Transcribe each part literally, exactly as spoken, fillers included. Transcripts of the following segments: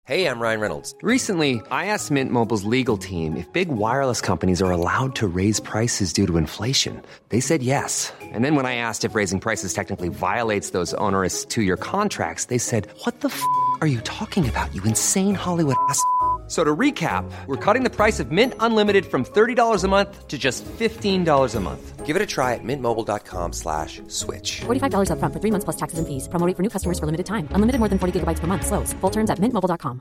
Hey, I'm Ryan Reynolds. Recently, I asked Mint Mobile's legal team if big wireless companies are allowed to raise prices due to inflation. They said yes. And then when I asked if raising prices technically violates those onerous two-year contracts, they said, what the f*** are you talking about, you insane Hollywood ass f- So to recap, we're cutting the price of Mint Unlimited from thirty dollars a month to just fifteen dollars a month. Give it a try at mintmobile.com slash switch. forty-five dollars up front for three months plus taxes and fees. Promo rate for new customers for limited time. Unlimited more than forty gigabytes per month. Slows full terms at mint mobile dot com.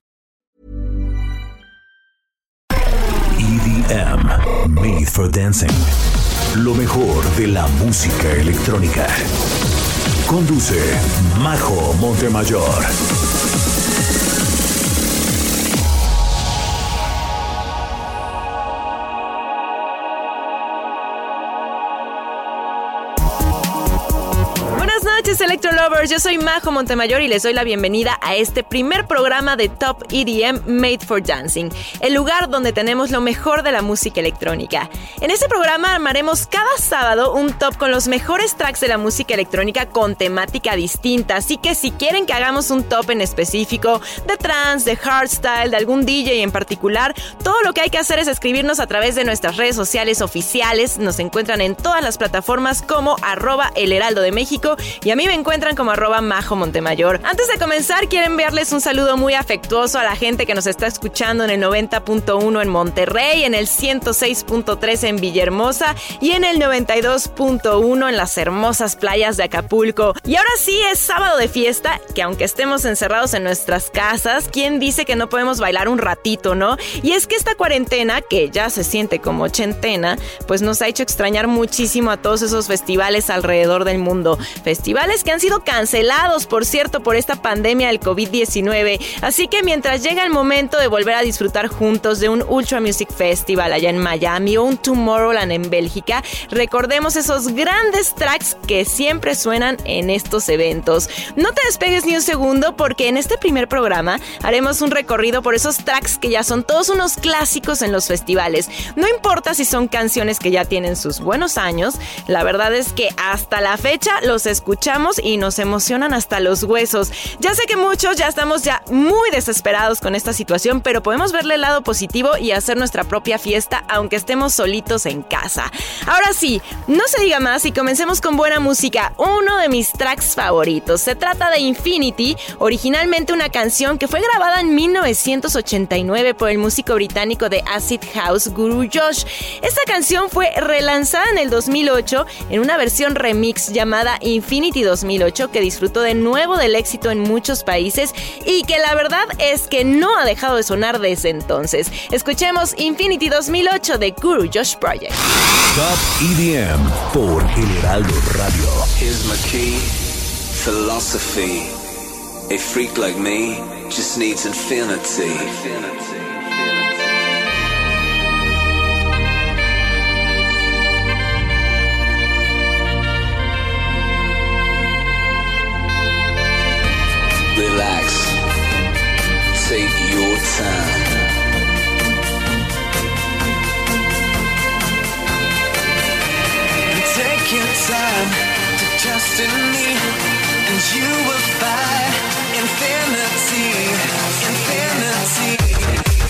E D M, Made for Dancing. Lo mejor de la música electrónica. Conduce Majo Montemayor. Buenas noches, Electro Lovers. Yo soy Majo Montemayor y les doy la bienvenida a este primer programa de Top E D M Made for Dancing, el lugar donde tenemos lo mejor de la música electrónica. En este programa armaremos cada sábado un top con los mejores tracks de la música electrónica con temática distinta, así que si quieren que hagamos un top en específico de trance, de hardstyle, de algún D J en particular, todo lo que hay que hacer es escribirnos a través de nuestras redes sociales oficiales. Nos encuentran en todas las plataformas como arroba El Heraldo de México y a mí me encuentran como arroba Majo Montemayor. Antes de comenzar, quiero enviarles un saludo muy afectuoso a la gente que nos está escuchando en el noventa punto uno en Monterrey, en el ciento seis punto tres en Villahermosa y en el noventa y dos punto uno en las hermosas playas de Acapulco. Y ahora sí es sábado de fiesta, que aunque estemos encerrados en nuestras casas, ¿quién dice que no podemos bailar un ratito, no? Y es que esta cuarentena, que ya se siente como ochentena, pues nos ha hecho extrañar muchísimo a todos esos festivales alrededor del mundo. Festivales que han sido cancelados, por cierto, por esta pandemia del covid diecinueve. Así que mientras llega el momento de volver a disfrutar juntos de un Ultra Music Festival allá en Miami o un Tomorrowland en Bélgica, recordemos esos grandes tracks que siempre suenan en estos eventos. No te despegues ni un segundo porque en este primer programa haremos un recorrido por esos tracks que ya son todos unos clásicos en los festivales. No importa si son canciones que ya tienen sus buenos años, la verdad es que hasta la fecha los escuchamos y nos emocionan hasta los huesos. Ya sé que muchos ya estamos ya muy desesperados con esta situación, pero podemos verle el lado positivo y hacer nuestra propia fiesta aunque estemos solitos en casa. Ahora sí, no se diga más y comencemos con buena música. Uno de mis tracks favoritos. Se trata de Infinity, originalmente una canción que fue grabada en mil novecientos ochenta y nueve por el músico británico de Acid House, Guru Josh. Esta canción fue relanzada en el dos mil ocho en una versión remix llamada Infinity dos mil ocho, que disfrutó de nuevo del éxito en muchos países y que la verdad es que no ha dejado de sonar desde entonces. Escuchemos Infinity dos mil ocho de Guru Josh Project. Top E D M por El Heraldo Radio. Here's my key, philosophy. A freak like me just needs infinity. Relax, take your time. Take your time to trust in me, and you will find infinity, infinity.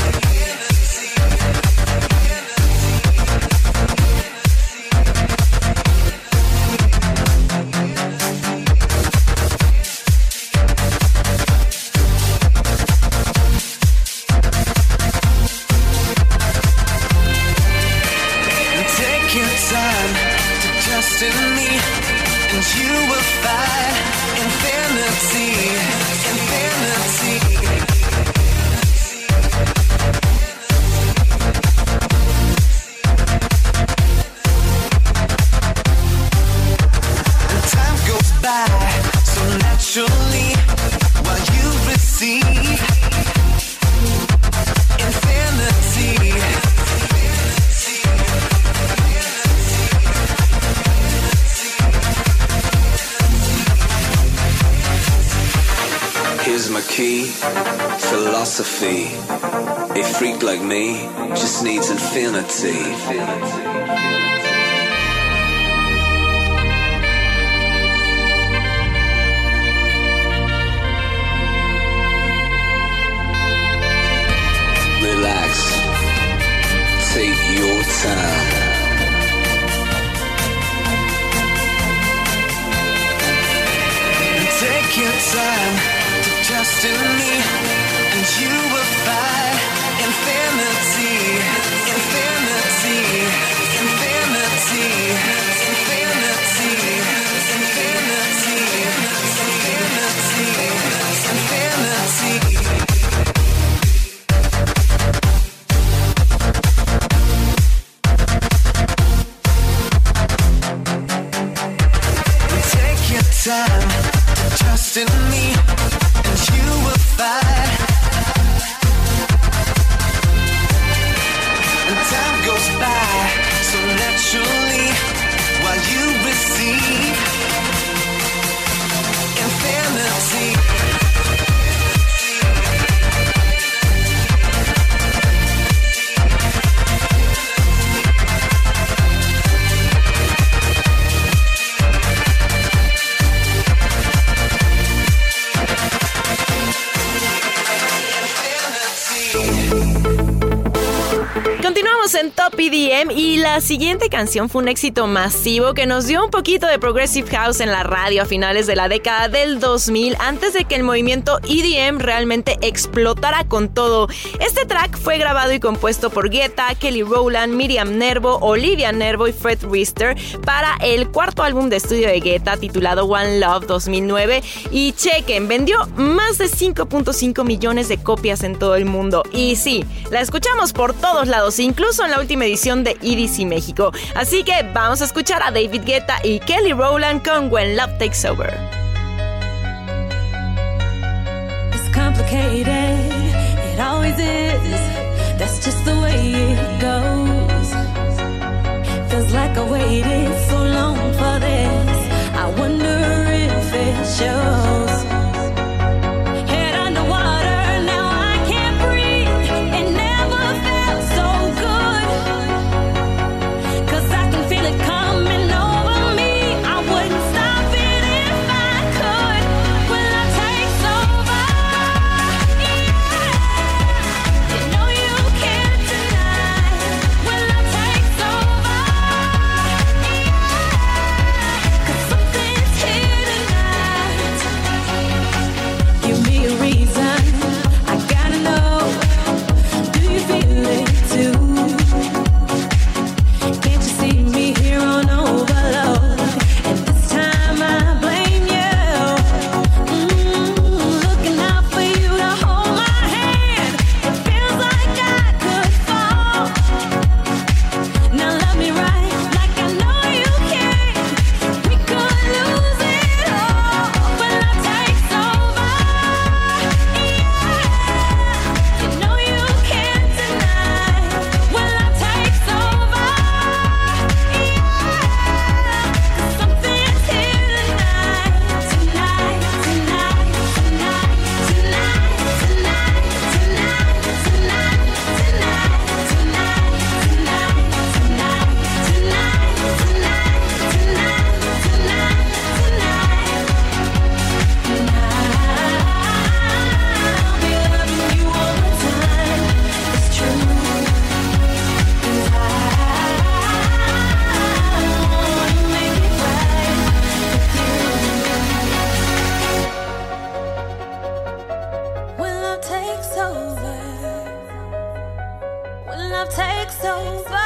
Philosophy. A freak like me just needs infinity. take your time. Take your time to trust in me, and you will find infinity, infinity, infinity, infinity, infinity, infinity, infinity. Take your time to trust in me, and you will find. And time goes by so naturally while you receive infinity. Continuamos en Top E D M y la siguiente canción fue un éxito masivo que nos dio un poquito de Progressive House en la radio a finales de la década del dos mil, antes de que el movimiento E D M realmente explotara con todo. Este track fue grabado y compuesto por Guetta, Kelly Rowland, Miriam Nervo, Olivia Nervo y Fred Rister para el cuarto álbum de estudio de Guetta titulado One Love dos mil nueve, y chequen, vendió más de cinco punto cinco millones de copias en todo el mundo. Y sí, la escuchamos por todos lados, incluso en la última edición de E D C México. Así que vamos a escuchar a David Guetta y Kelly Rowland con When Love Takes Over. It's complicated, it always is. That's just the way it goes. Feels like I waited so long for this. I wonder if it shows. Head underwater, now I can't breathe. It never felt so good. 'Cause I can feel it coming over me. I wouldn't stop it if I could. When love takes over, yeah. You know you can't deny. When love takes over, yeah. 'Cause something's here tonight. Give me a reason, I gotta know. Do you feel it too? Can't you see me here on overload? And this time I blame you. Mm, looking out for you to hold my hand. It feels like I could fall. Now love me right, like I know you can. We could lose it all when love takes over. Yeah, you know you can't deny when love takes over. Yeah, 'cause something's here tonight, tonight, tonight, tonight, tonight, tonight, tonight, tonight, tonight, tonight, tonight, tonight, tonight, tonight, tonight, I'll be loving you all the time. It's true. 'Cause I wanna make it right with you. When love takes over, when love takes over,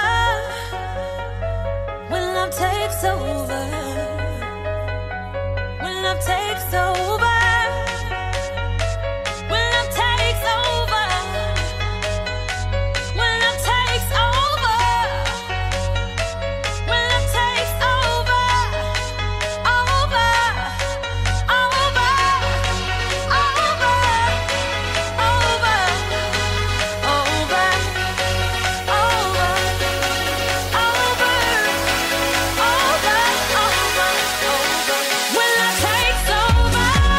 when love takes over, when love takes over, when love takes over, when love takes over, when love takes over, over, over, over, over, over, over, over, over, over, over. When love takes over.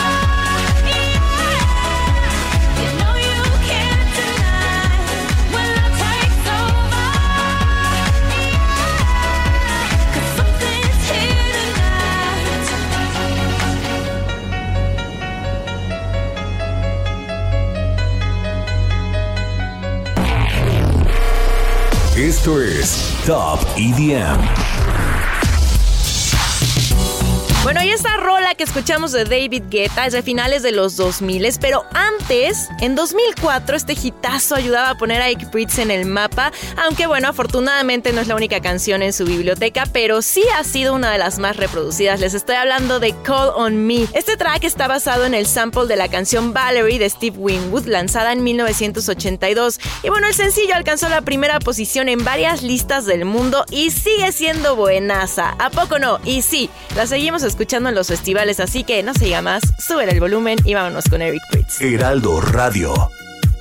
Esto es Top E D M. Bueno, y esta rola que escuchamos de David Guetta es de finales de los dos mil, pero antes, en dos mil cuatro, este hitazo ayudaba a poner a Eric Prydz en el mapa, aunque bueno, afortunadamente no es la única canción en su biblioteca, pero sí ha sido una de las más reproducidas. Les estoy hablando de Call on Me. Este track está basado en el sample de la canción Valerie de Steve Winwood, lanzada en mil novecientos ochenta y dos. Y bueno, el sencillo alcanzó la primera posición en varias listas del mundo y sigue siendo buenaza. ¿A poco no? Y sí, la seguimos escuchando en los festivales, así que no se diga más, súbele el volumen y vámonos con Eric Prydz. Heraldo Radio.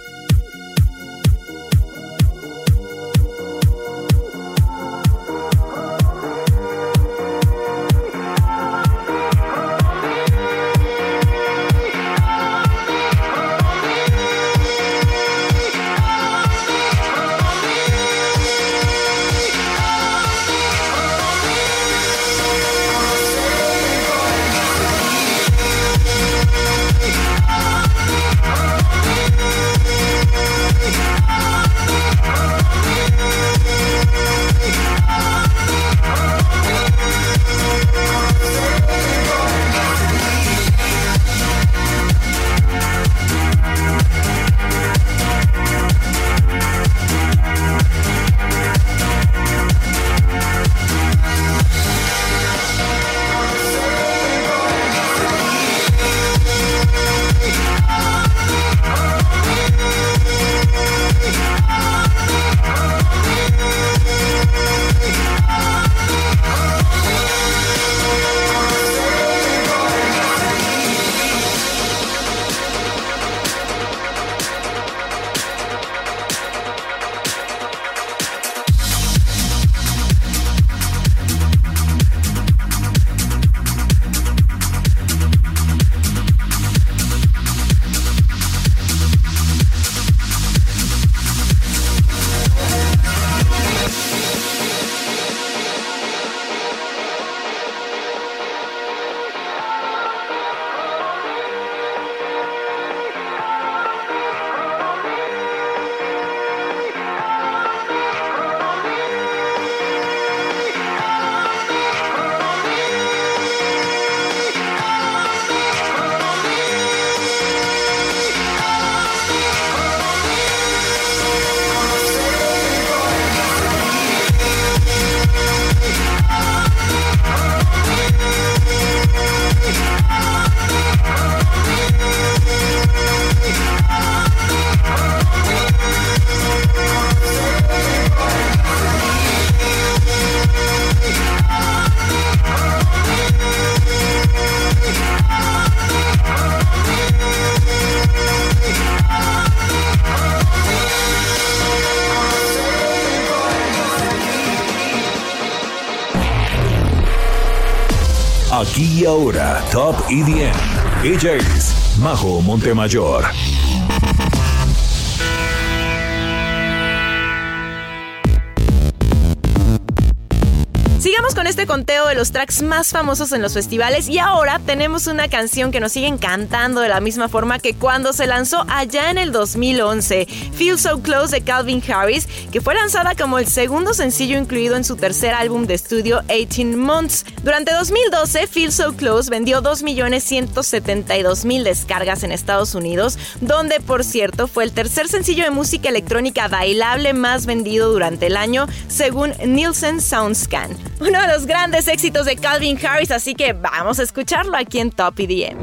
Aquí y ahora, Top E D M. Ella es Majo Montemayor. Sigamos con este conteo de los tracks más famosos en los festivales y ahora tenemos una canción que nos sigue encantando de la misma forma que cuando se lanzó allá en el dos mil once, Feel So Close de Calvin Harris, que fue lanzada como el segundo sencillo incluido en su tercer álbum de estudio eighteen months. Durante dos mil doce, Feel So Close vendió dos millones ciento setenta y dos mil descargas en Estados Unidos, donde por cierto fue el tercer sencillo de música electrónica bailable más vendido durante el año, según Nielsen SoundScan. Uno de los grandes éxitos de Calvin Harris, así que vamos a escucharlo aquí en Top E D M.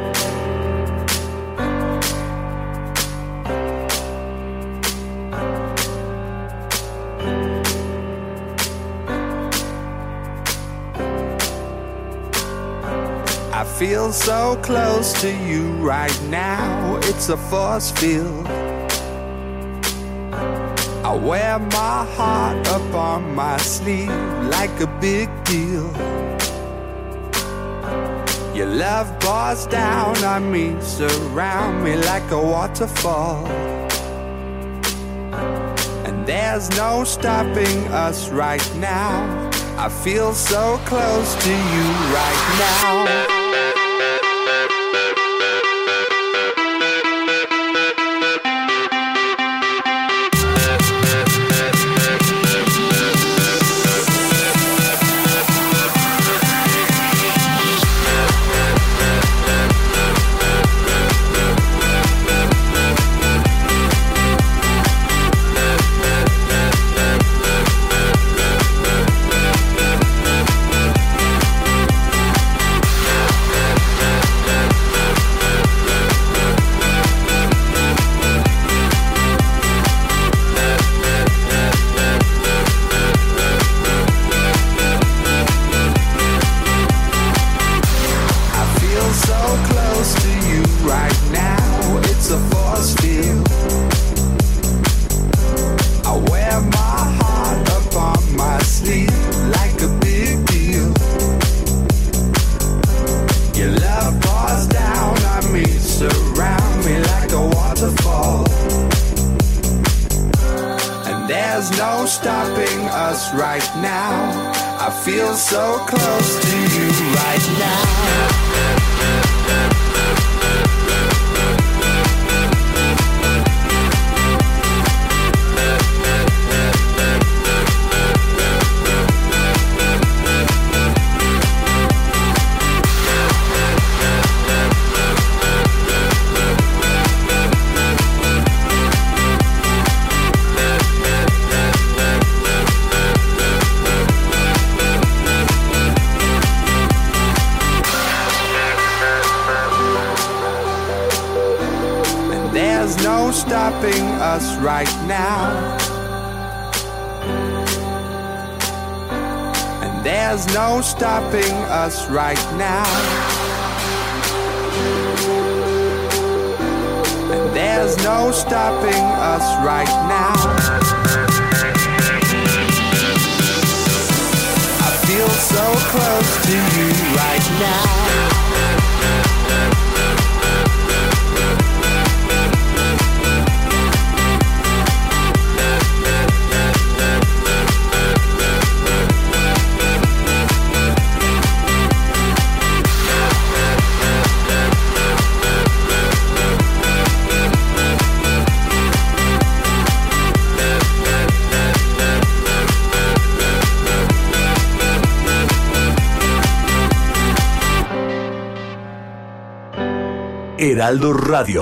I feel so close to you right now, it's a force field. I wear my heart up on my sleeve like a big deal. Your love pours down on me, surround me like a waterfall. And there's no stopping us right now. I feel so close to you right now. there's no stopping us right now. I feel so close to you right now. There's no stopping us right now. And there's no stopping us right now. And there's no stopping us right now. I feel so close to you right now. Heraldo Radio.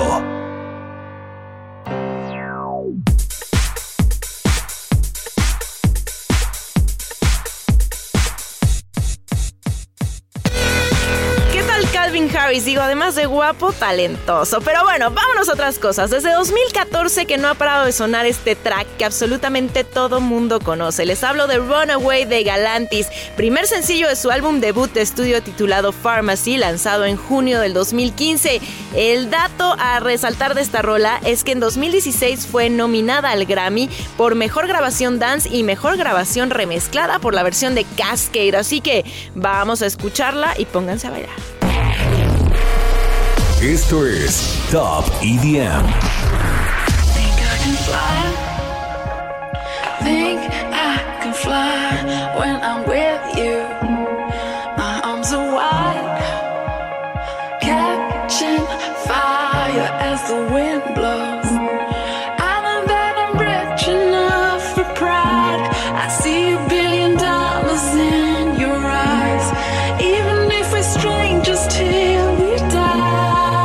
Calvin Harris, digo, además de guapo, talentoso. Pero bueno, vámonos a otras cosas. Desde dos mil catorce que no ha parado de sonar este track que absolutamente todo mundo conoce. Les hablo de Runaway de Galantis, primer sencillo de su álbum debut de estudio titulado Pharmacy, lanzado en junio del dos mil quince. El dato a resaltar de esta rola es que en dos mil dieciséis fue nominada al Grammy por Mejor Grabación Dance y Mejor Grabación Remezclada por la versión de Cascade. Así que vamos a escucharla y pónganse a bailar. Esto es Top E D M. Think I can fly. Think I can fly when I'm with you. My arms are wide, catching fire as the wind blows. I know that I'm rich enough for pride. I see a billion dollars in your eyes, even if we're strangers till we die.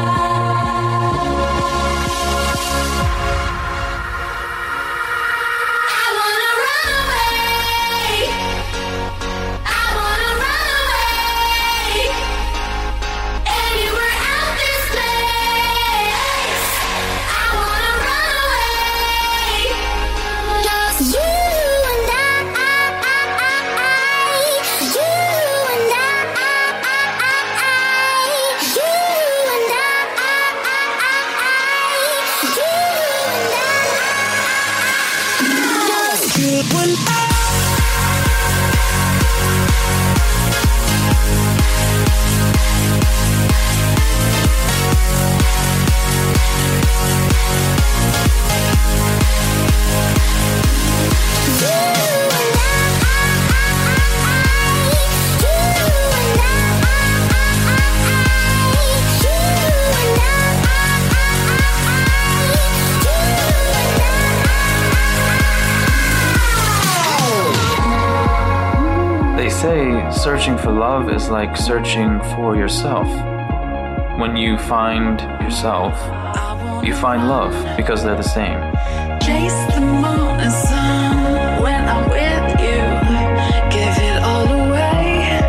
Searching for love is like searching for yourself. When you find yourself, you find love because they're the same. Chase the moon and sun when I'm with you. Give it all away.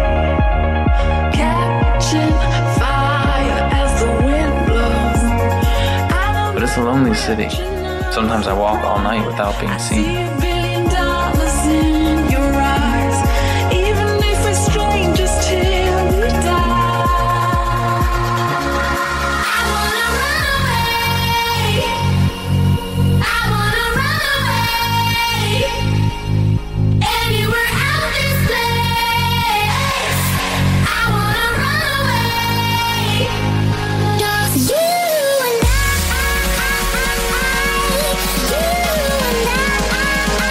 Catching fire as the wind blows. But it's a lonely city. Sometimes I walk all night without being seen. You and I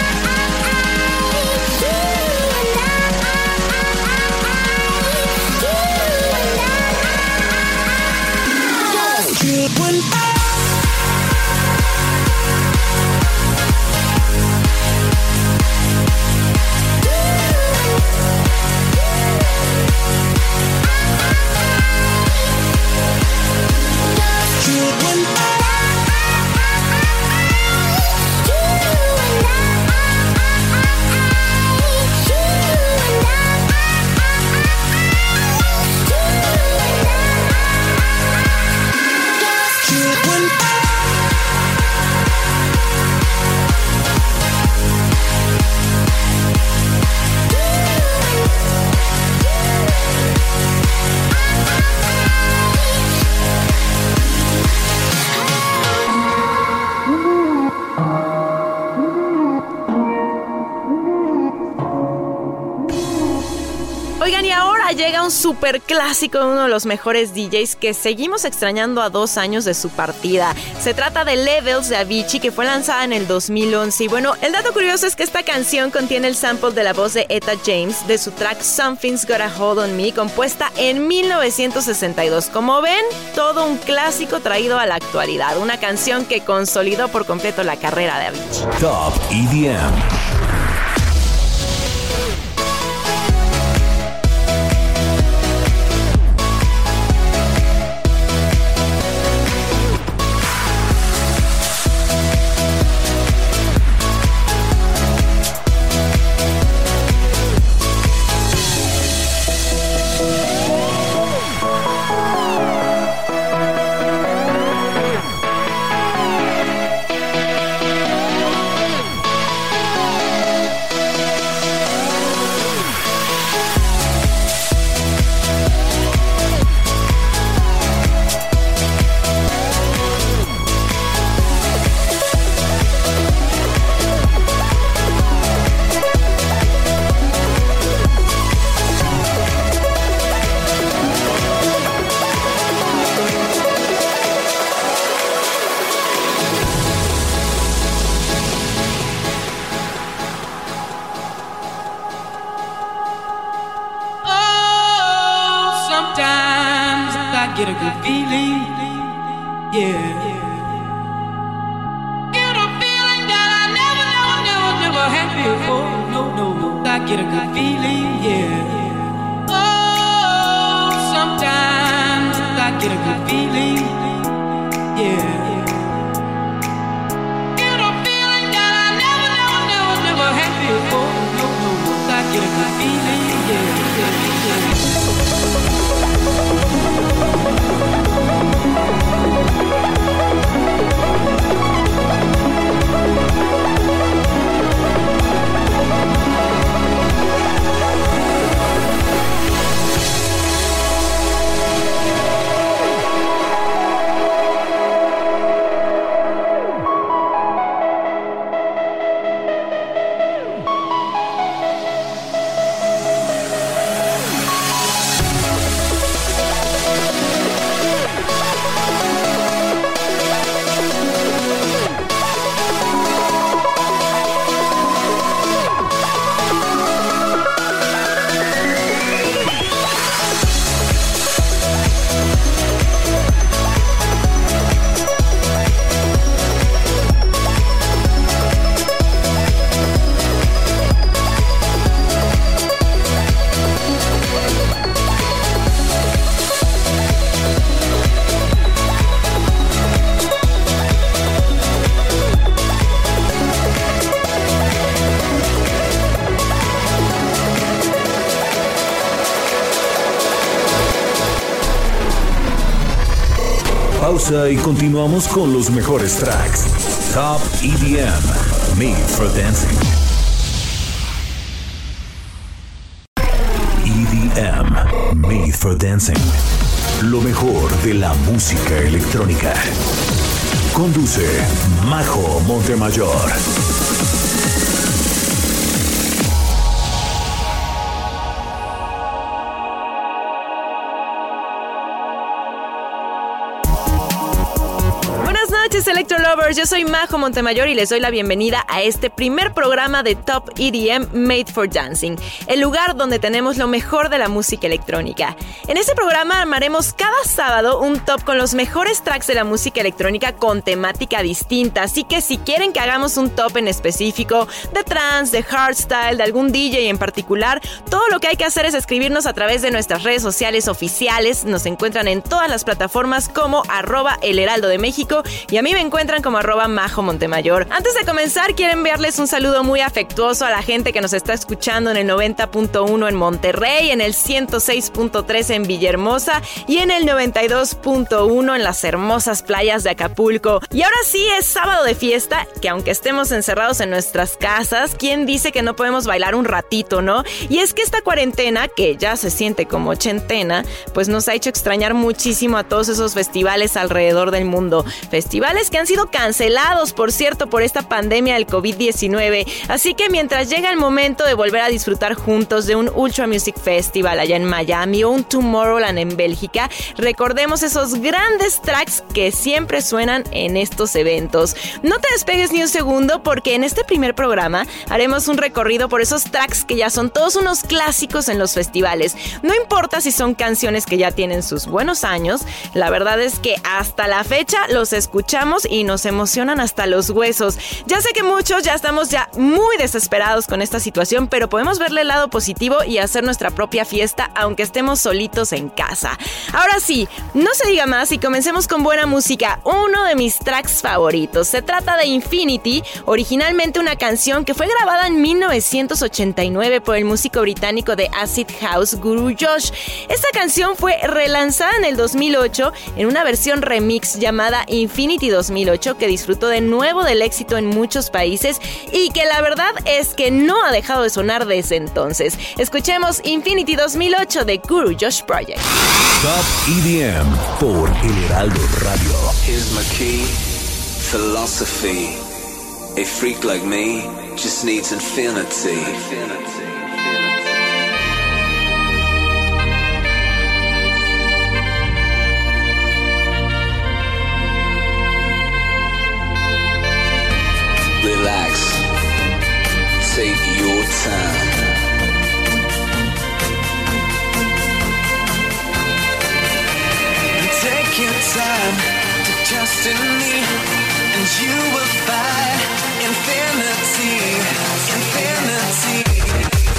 llega un super clásico de uno de los mejores D Js que seguimos extrañando a dos años de su partida. Se trata de Levels de Avicii, que fue lanzada en el dos mil once. Y bueno, el dato curioso es que esta canción contiene el sample de la voz de Etta James de su track Something's Got a Hold on Me, compuesta en mil novecientos sesenta y dos. Como ven, todo un clásico traído a la actualidad. Una canción que consolidó por completo la carrera de Avicii. Top E D M. Get a good feeling, yeah. Get a feeling that I never, never, never, never had before. No, no, no. I get a good feeling, yeah. Oh, sometimes I get a good feeling, yeah. Get a feeling that I never, never, never, never had before. No, no, no. I get a good feeling, yeah, yeah, yeah. Pausa y continuamos con los mejores tracks. Top E D M, Made for Dancing. E D M, Made for Dancing. Lo mejor de la música electrónica. Conduce Majo Montemayor. Electro Lovers, yo soy Majo Montemayor y les doy la bienvenida a este primer programa de Top E D M Made for Dancing, el lugar donde tenemos lo mejor de la música electrónica. En este programa armaremos cada sábado un top con los mejores tracks de la música electrónica con temática distinta, así que si quieren que hagamos un top en específico de trance, de hardstyle, de algún D J en particular, todo lo que hay que hacer es escribirnos a través de nuestras redes sociales oficiales. Nos encuentran en todas las plataformas como arroba El Heraldo de México y a mí me encuentran como arroba Majo Montemayor. Antes de comenzar, quiero enviarles un saludo muy afectuoso a la gente que nos está escuchando en el noventa punto uno en Monterrey, en el ciento seis punto tres en Villahermosa y en el noventa y dos punto uno en las hermosas playas de Acapulco. Y ahora sí es sábado de fiesta, que aunque estemos encerrados en nuestras casas, ¿quién dice que no podemos bailar un ratito, no? Y es que esta cuarentena, que ya se siente como ochentena, pues nos ha hecho extrañar muchísimo a todos esos festivales alrededor del mundo. Festivales que han sido cancelados, por cierto, por esta pandemia del covid diecinueve. Así que mientras llega el momento de volver a disfrutar juntos de un Ultra Music Festival allá en Miami o un Tomorrowland en Bélgica, recordemos esos grandes tracks que siempre suenan en estos eventos. No te despegues ni un segundo, porque en este primer programa haremos un recorrido por esos tracks que ya son todos unos clásicos en los festivales. No importa si son canciones que ya tienen sus buenos años, la verdad es que hasta la fecha los escuchamos y nos emocionan hasta los huesos. Ya sé que muchos ya estamos ya muy desesperados con esta situación, pero podemos verle el lado positivo y hacer nuestra propia fiesta aunque estemos solitos en casa. Ahora sí, no se diga más y comencemos con buena música. Uno de mis tracks favoritos. Se trata de Infinity, originalmente una canción que fue grabada en mil novecientos ochenta y nueve por el músico británico de Acid House, Guru Josh. Esta canción fue relanzada en el dos mil ocho en una versión remix llamada Infinity dos mil ocho, que disfrutó de nuevo del éxito en muchos países y que la verdad es que no ha dejado de sonar desde entonces. Escuchemos Infinity dos mil ocho de Guru Josh Project. Top E D M por El Heraldo Radio. Here's my key, philosophy. A freak like me just needs infinity. Relax, take your time. Take your time to trust in me, and you will find infinity, infinity.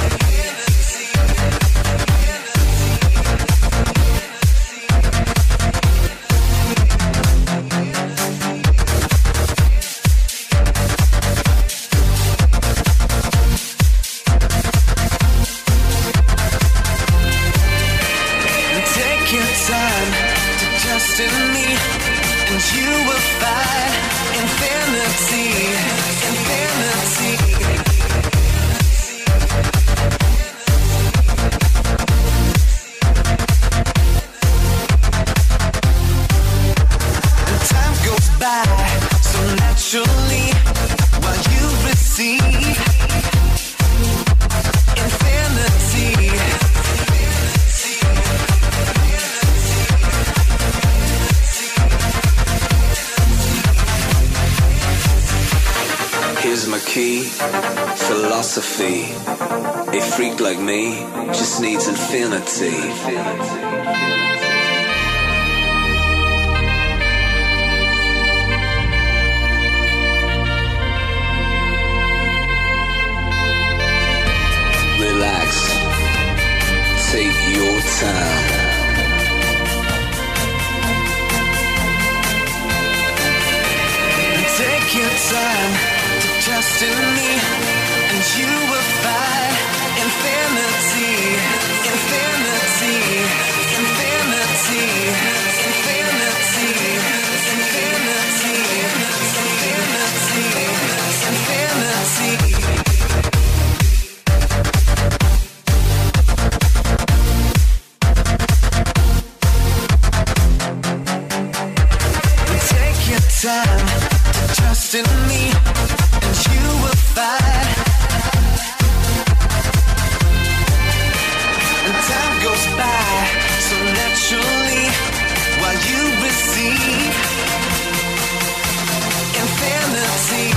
Take your time to trust in me, and you will find infinity, infinity. And time goes by so naturally while you receive infinity. Here's my key, philosophy. A freak like me just needs infinity. Relax, take your time. Take your time to trust in me, and you will find infinity, infinity, infinity, infinity, infinity, infinity, infinity. Take your time to trust in me, and you will find. And time goes by so naturally while you receive infinity.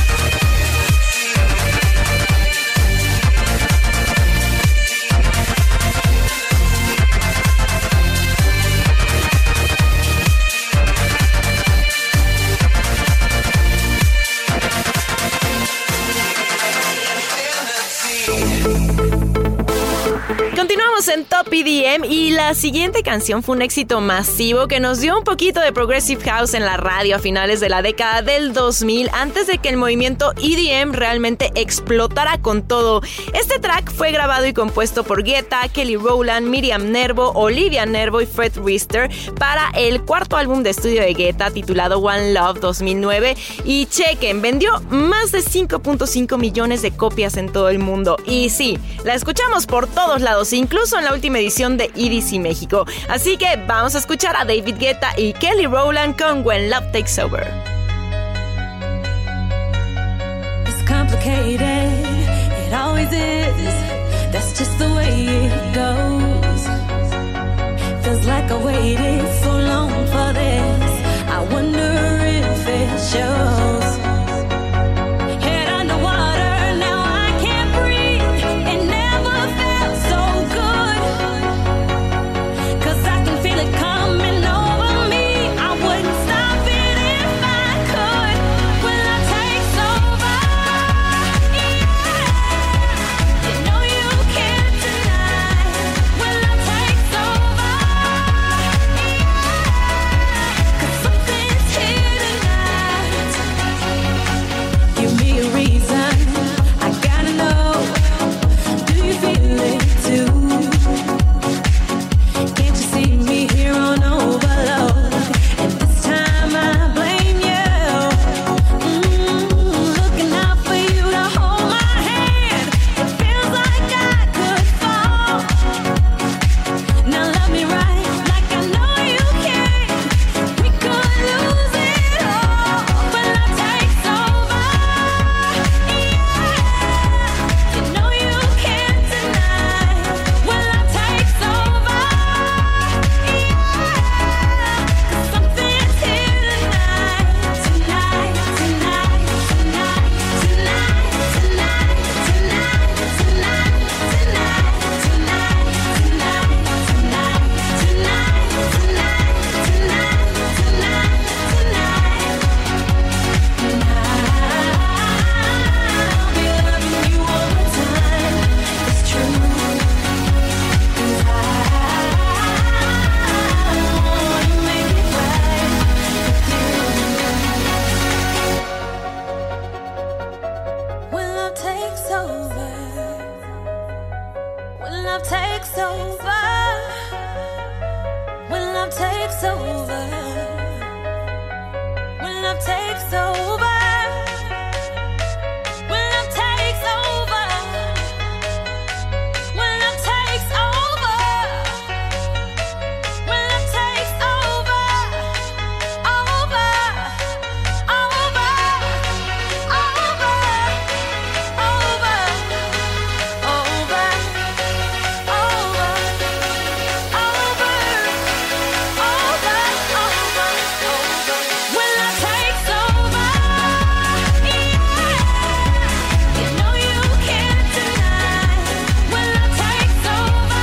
Continuamos en Top E D M y la siguiente canción fue un éxito masivo que nos dio un poquito de Progressive House en la radio a finales de la década del dos mil, antes de que el movimiento E D M realmente explotara con todo. Este track fue grabado y compuesto por Guetta, Kelly Rowland, Miriam Nervo, Olivia Nervo y Fred Rister para el cuarto álbum de estudio de Guetta titulado One Love dos mil nueve, y chequen, vendió más de cinco punto cinco millones de copias en todo el mundo. Y sí, la escuchamos por todos lados, incluso en la última edición de E D C México. Así que vamos a escuchar a David Guetta y Kelly Rowland con When Love Takes Over. just the way it goes. Feels like I waited so long for this. I wonder if it shows. Head underwater, now I can't breathe. It never felt so good. 'Cause I can feel it coming over me. I wouldn't stop it if I could. Will I take over? Yeah. You know you can't deny. Will I take over? Yeah. 'Cause something's here tonight. Give me a reason. I gotta know. Do you feel it too? Can't you see me here on overload? And this time I blame you. Mm, looking out for you to hold my hand. It feels like I could fall. Now love me right, like I know you can. We could lose it all. Will I take over? Yeah. You know you can't deny. Will I take over? Something's here tonight, tonight, tonight, tonight, tonight, tonight, tonight, tonight, tonight, tonight, tonight, tonight, tonight, tonight, tonight, I'll be loving you all the time. It's true. 'Cause I wanna make it right with you. When love takes over, when love takes over, when love takes over, when love takes over, when love takes over, when love takes over, when love takes over, over, over, over, over, over, over, over, over, over, over. When love takes over, yeah. You know you can't deny. When love takes over,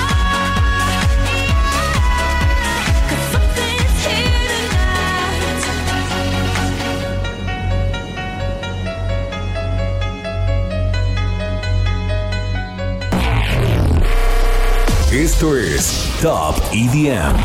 yeah. 'Cause something's here tonight. Esto es Top E D M.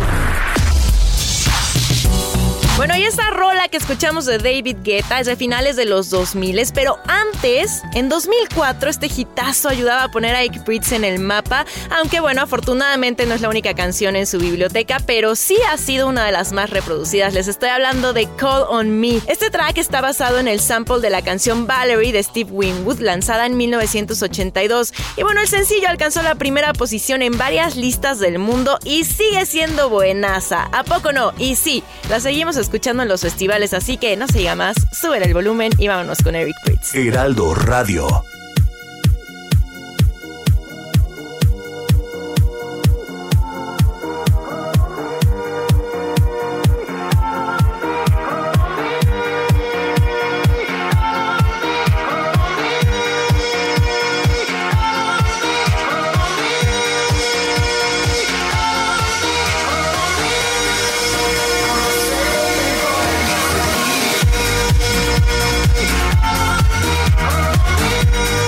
Bueno, y esa rola que escuchamos de David Guetta es de finales de los dos mil, pero antes, en dos mil cuatro, este hitazo ayudaba a poner a Ike Pritz en el mapa, aunque bueno, afortunadamente no es la única canción en su biblioteca, pero sí ha sido una de las más reproducidas. Les estoy hablando de Call on Me. Este track está basado en el sample de la canción Valerie de Steve Winwood, lanzada en mil novecientos ochenta y dos. Y bueno, el sencillo alcanzó la primera posición en varias listas del mundo y sigue siendo buenaza. ¿A poco no? Y sí, la seguimos escuchando en los festivales, así que no se diga más, súbele el volumen y vámonos con Eric Pritz. Heraldo Radio. Tonight,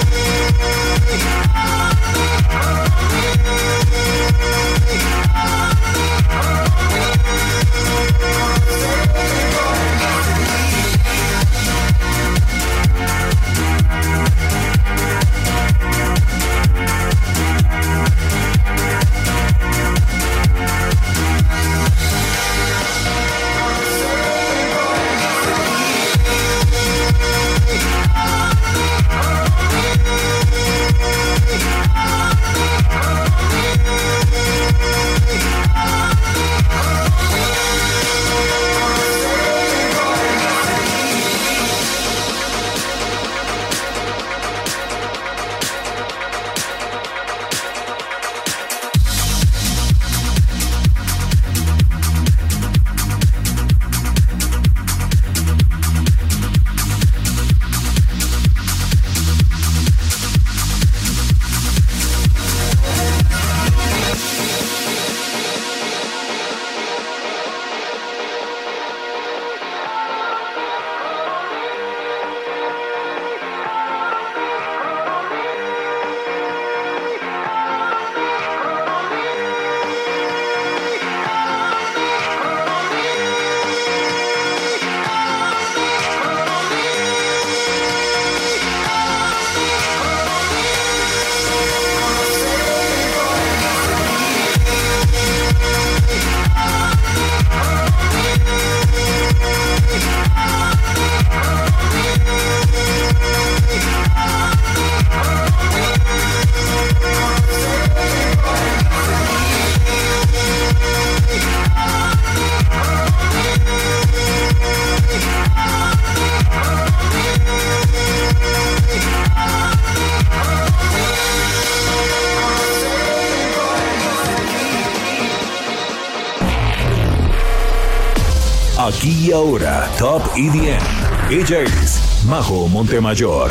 Aquí y ahora, Top E D M. Ella es Majo Montemayor.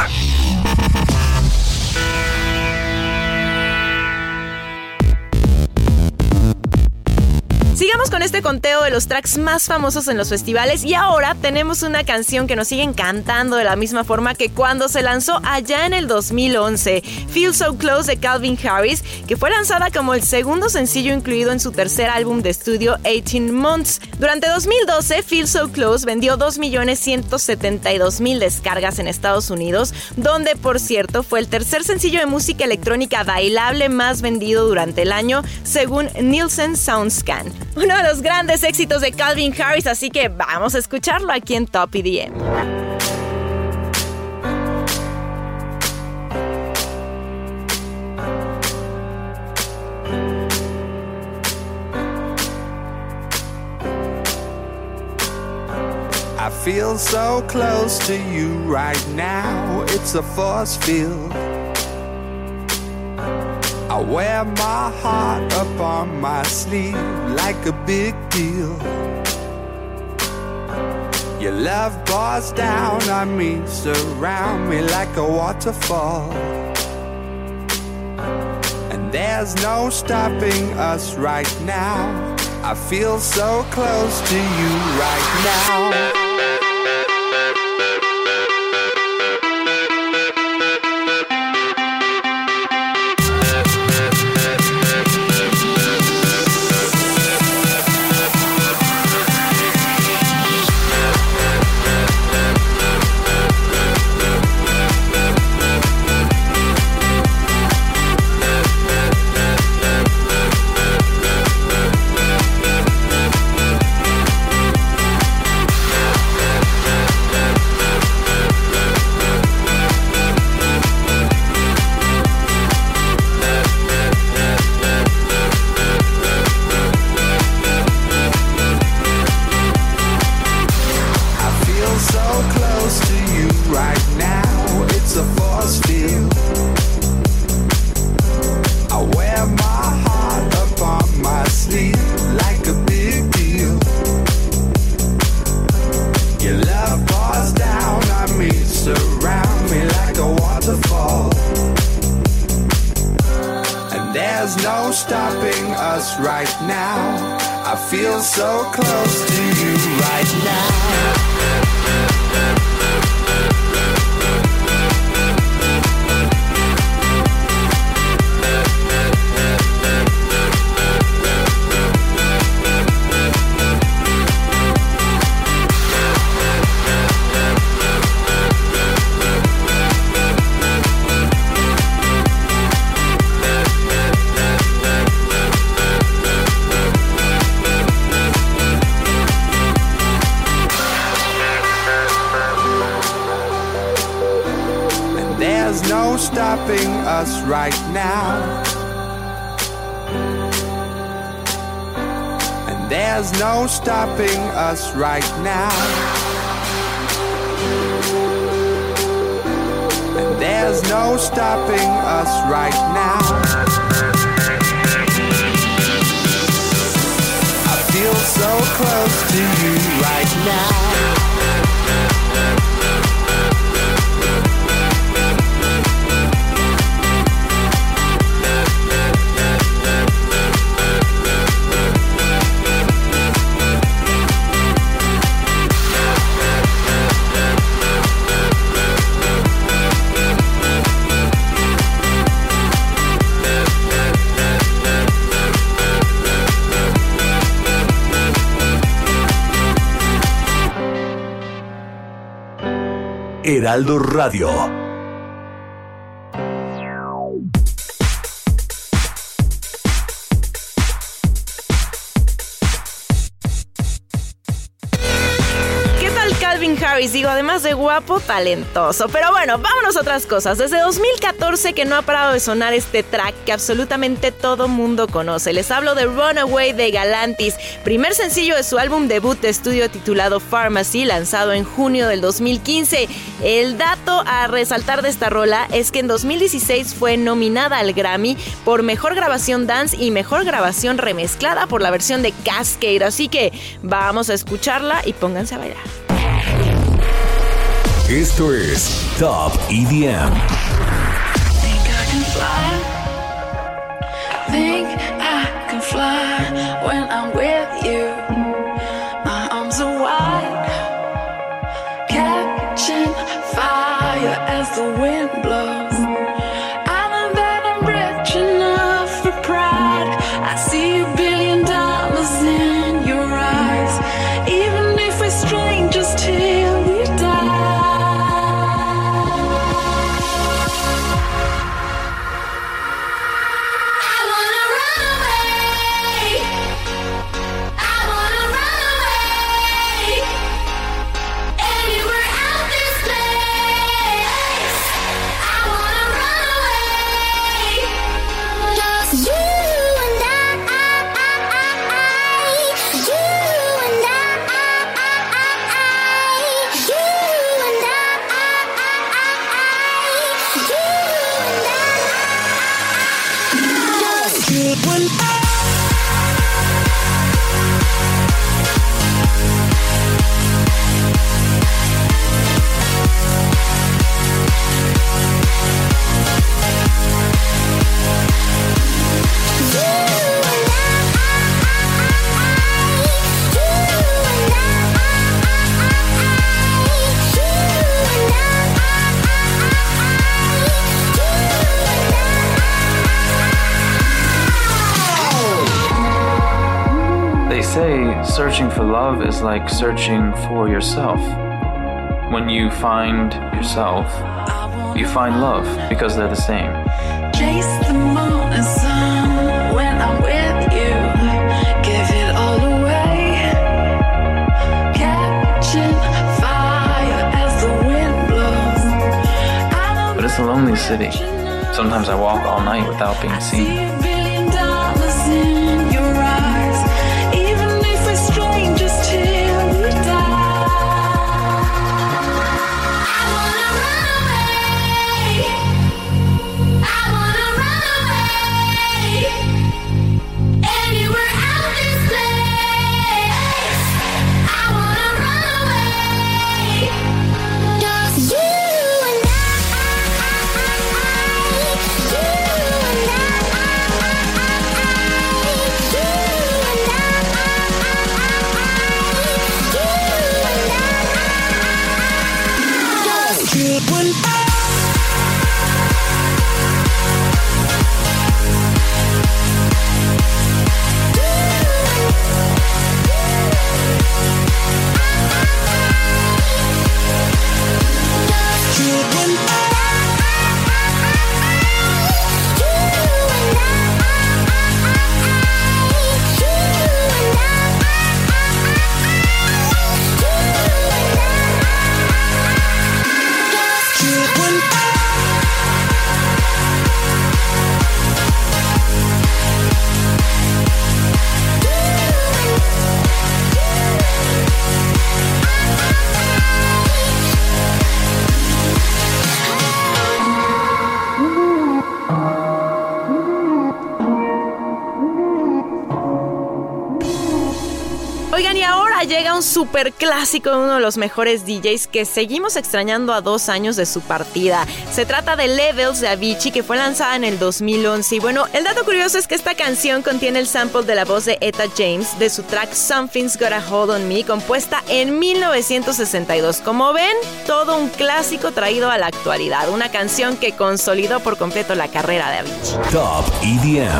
Sigamos con este conteo de los tracks más famosos en los festivales y ahora tenemos una canción que nos sigue encantando de la misma forma que cuando se lanzó allá en el dos mil once, Feel So Close de Calvin Harris, que fue lanzada como el segundo sencillo incluido en su tercer álbum de estudio eighteen months. Durante dos mil doce, Feel So Close vendió dos millones ciento setenta y dos mil descargas en Estados Unidos, donde por cierto fue el tercer sencillo de música electrónica bailable más vendido durante el año según Nielsen SoundScan. Uno de los grandes éxitos de Calvin Harris, así que vamos a escucharlo aquí en Top E D M. I feel so close to you right now, it's a force field. I wear my heart up on my sleeve like a big deal. Your love pours down on me, surround me like a waterfall. And there's no stopping us right now. I feel so close to you right now. So close to you right now. Stopping us right now. And there's no stopping us right now. And there's no stopping us right now. I feel so close to you right now. Heraldo Radio. Harris. Digo, además de guapo, talentoso. Pero bueno, vámonos a otras cosas. Desde dos mil catorce que no ha parado de sonar este track que absolutamente todo mundo conoce. Les hablo de Runaway de Galantis, primer sencillo de su álbum debut de estudio titulado Pharmacy, lanzado en junio del dos mil quince. El dato a resaltar de esta rola es que en dos mil dieciséis fue nominada al Grammy por Mejor Grabación Dance y Mejor Grabación Remezclada por la versión de Cascade. Así que vamos a escucharla y pónganse a bailar. Esto es Top E D M. Think I can fly. Think I can fly when I'm with you. My arms are wide, catching fire as the wind blows. I know that I'm rich enough for pride. I see a billion dollars in your eyes, even if we're strangers till we die. Searching for love is like searching for yourself. When you find yourself, you find love because they're the same. Chase the moon and sun when I'm with you. Give it all away. Catching fire as the wind blows. But it's a lonely city. Sometimes I walk all night without being seen. Llega un super clásico de uno de los mejores D Js que seguimos extrañando a dos años de su partida. Se trata de Levels de Avicii, que fue lanzada en el dos mil once. Y bueno, el dato curioso es que esta canción contiene el sample de la voz de Etta James de su track Something's Got a Hold on Me, compuesta en mil novecientos sesenta y dos. Como ven, todo un clásico traído a la actualidad. Una canción que consolidó por completo la carrera de Avicii. Top E D M.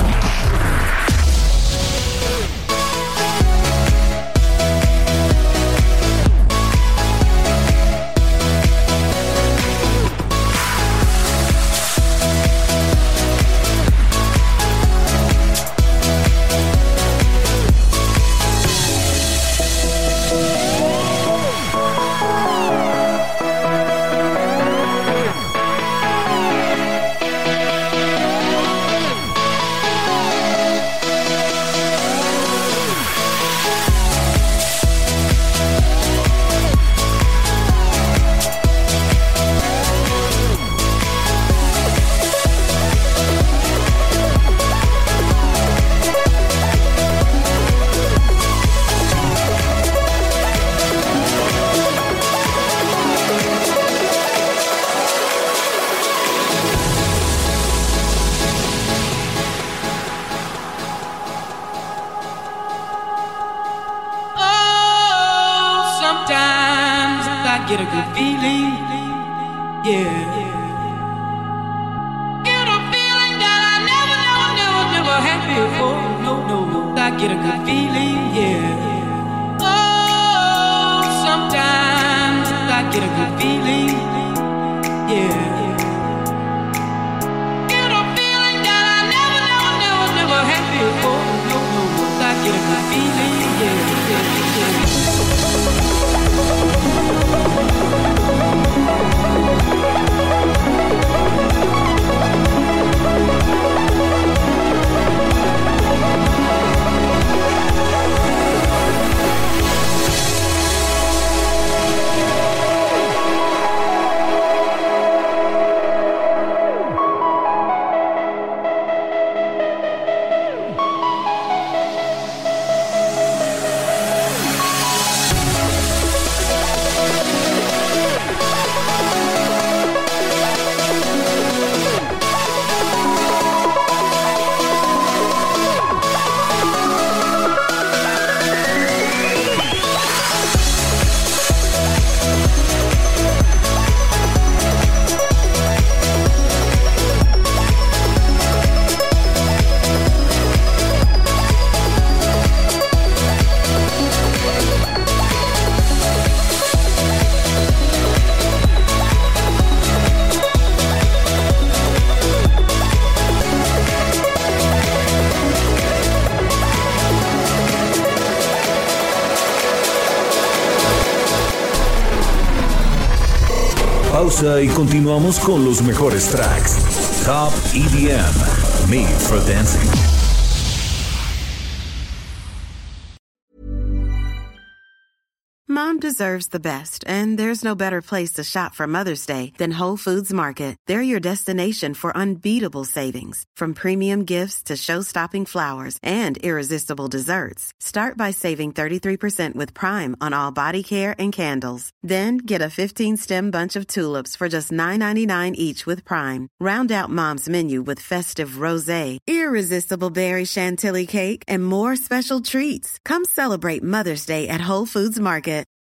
get a good feeling, yeah. Get a feeling that I never, never, never, never had before. No, no, no, I get a good feeling, yeah. Oh, sometimes I get a good feeling, yeah. Get a feeling that I never, never, never, never had before. No, no, no, I get a good feeling, yeah, yeah, yeah. Pausa y continuamos con los mejores tracks. Top E D M, Made for Dancing. Mom deserves the best, and there's no better place to shop for Mother's Day than Whole Foods Market. They're your destination for unbeatable savings, from premium gifts to show-stopping flowers and irresistible desserts. Start by saving thirty-three percent with Prime on all body care and candles. Then get a fifteen-stem bunch of tulips for just nine ninety-nine each with Prime. Round out Mom's menu with festive rosé, irresistible berry chantilly cake, and more special treats. Come celebrate Mother's Day at Whole Foods Market.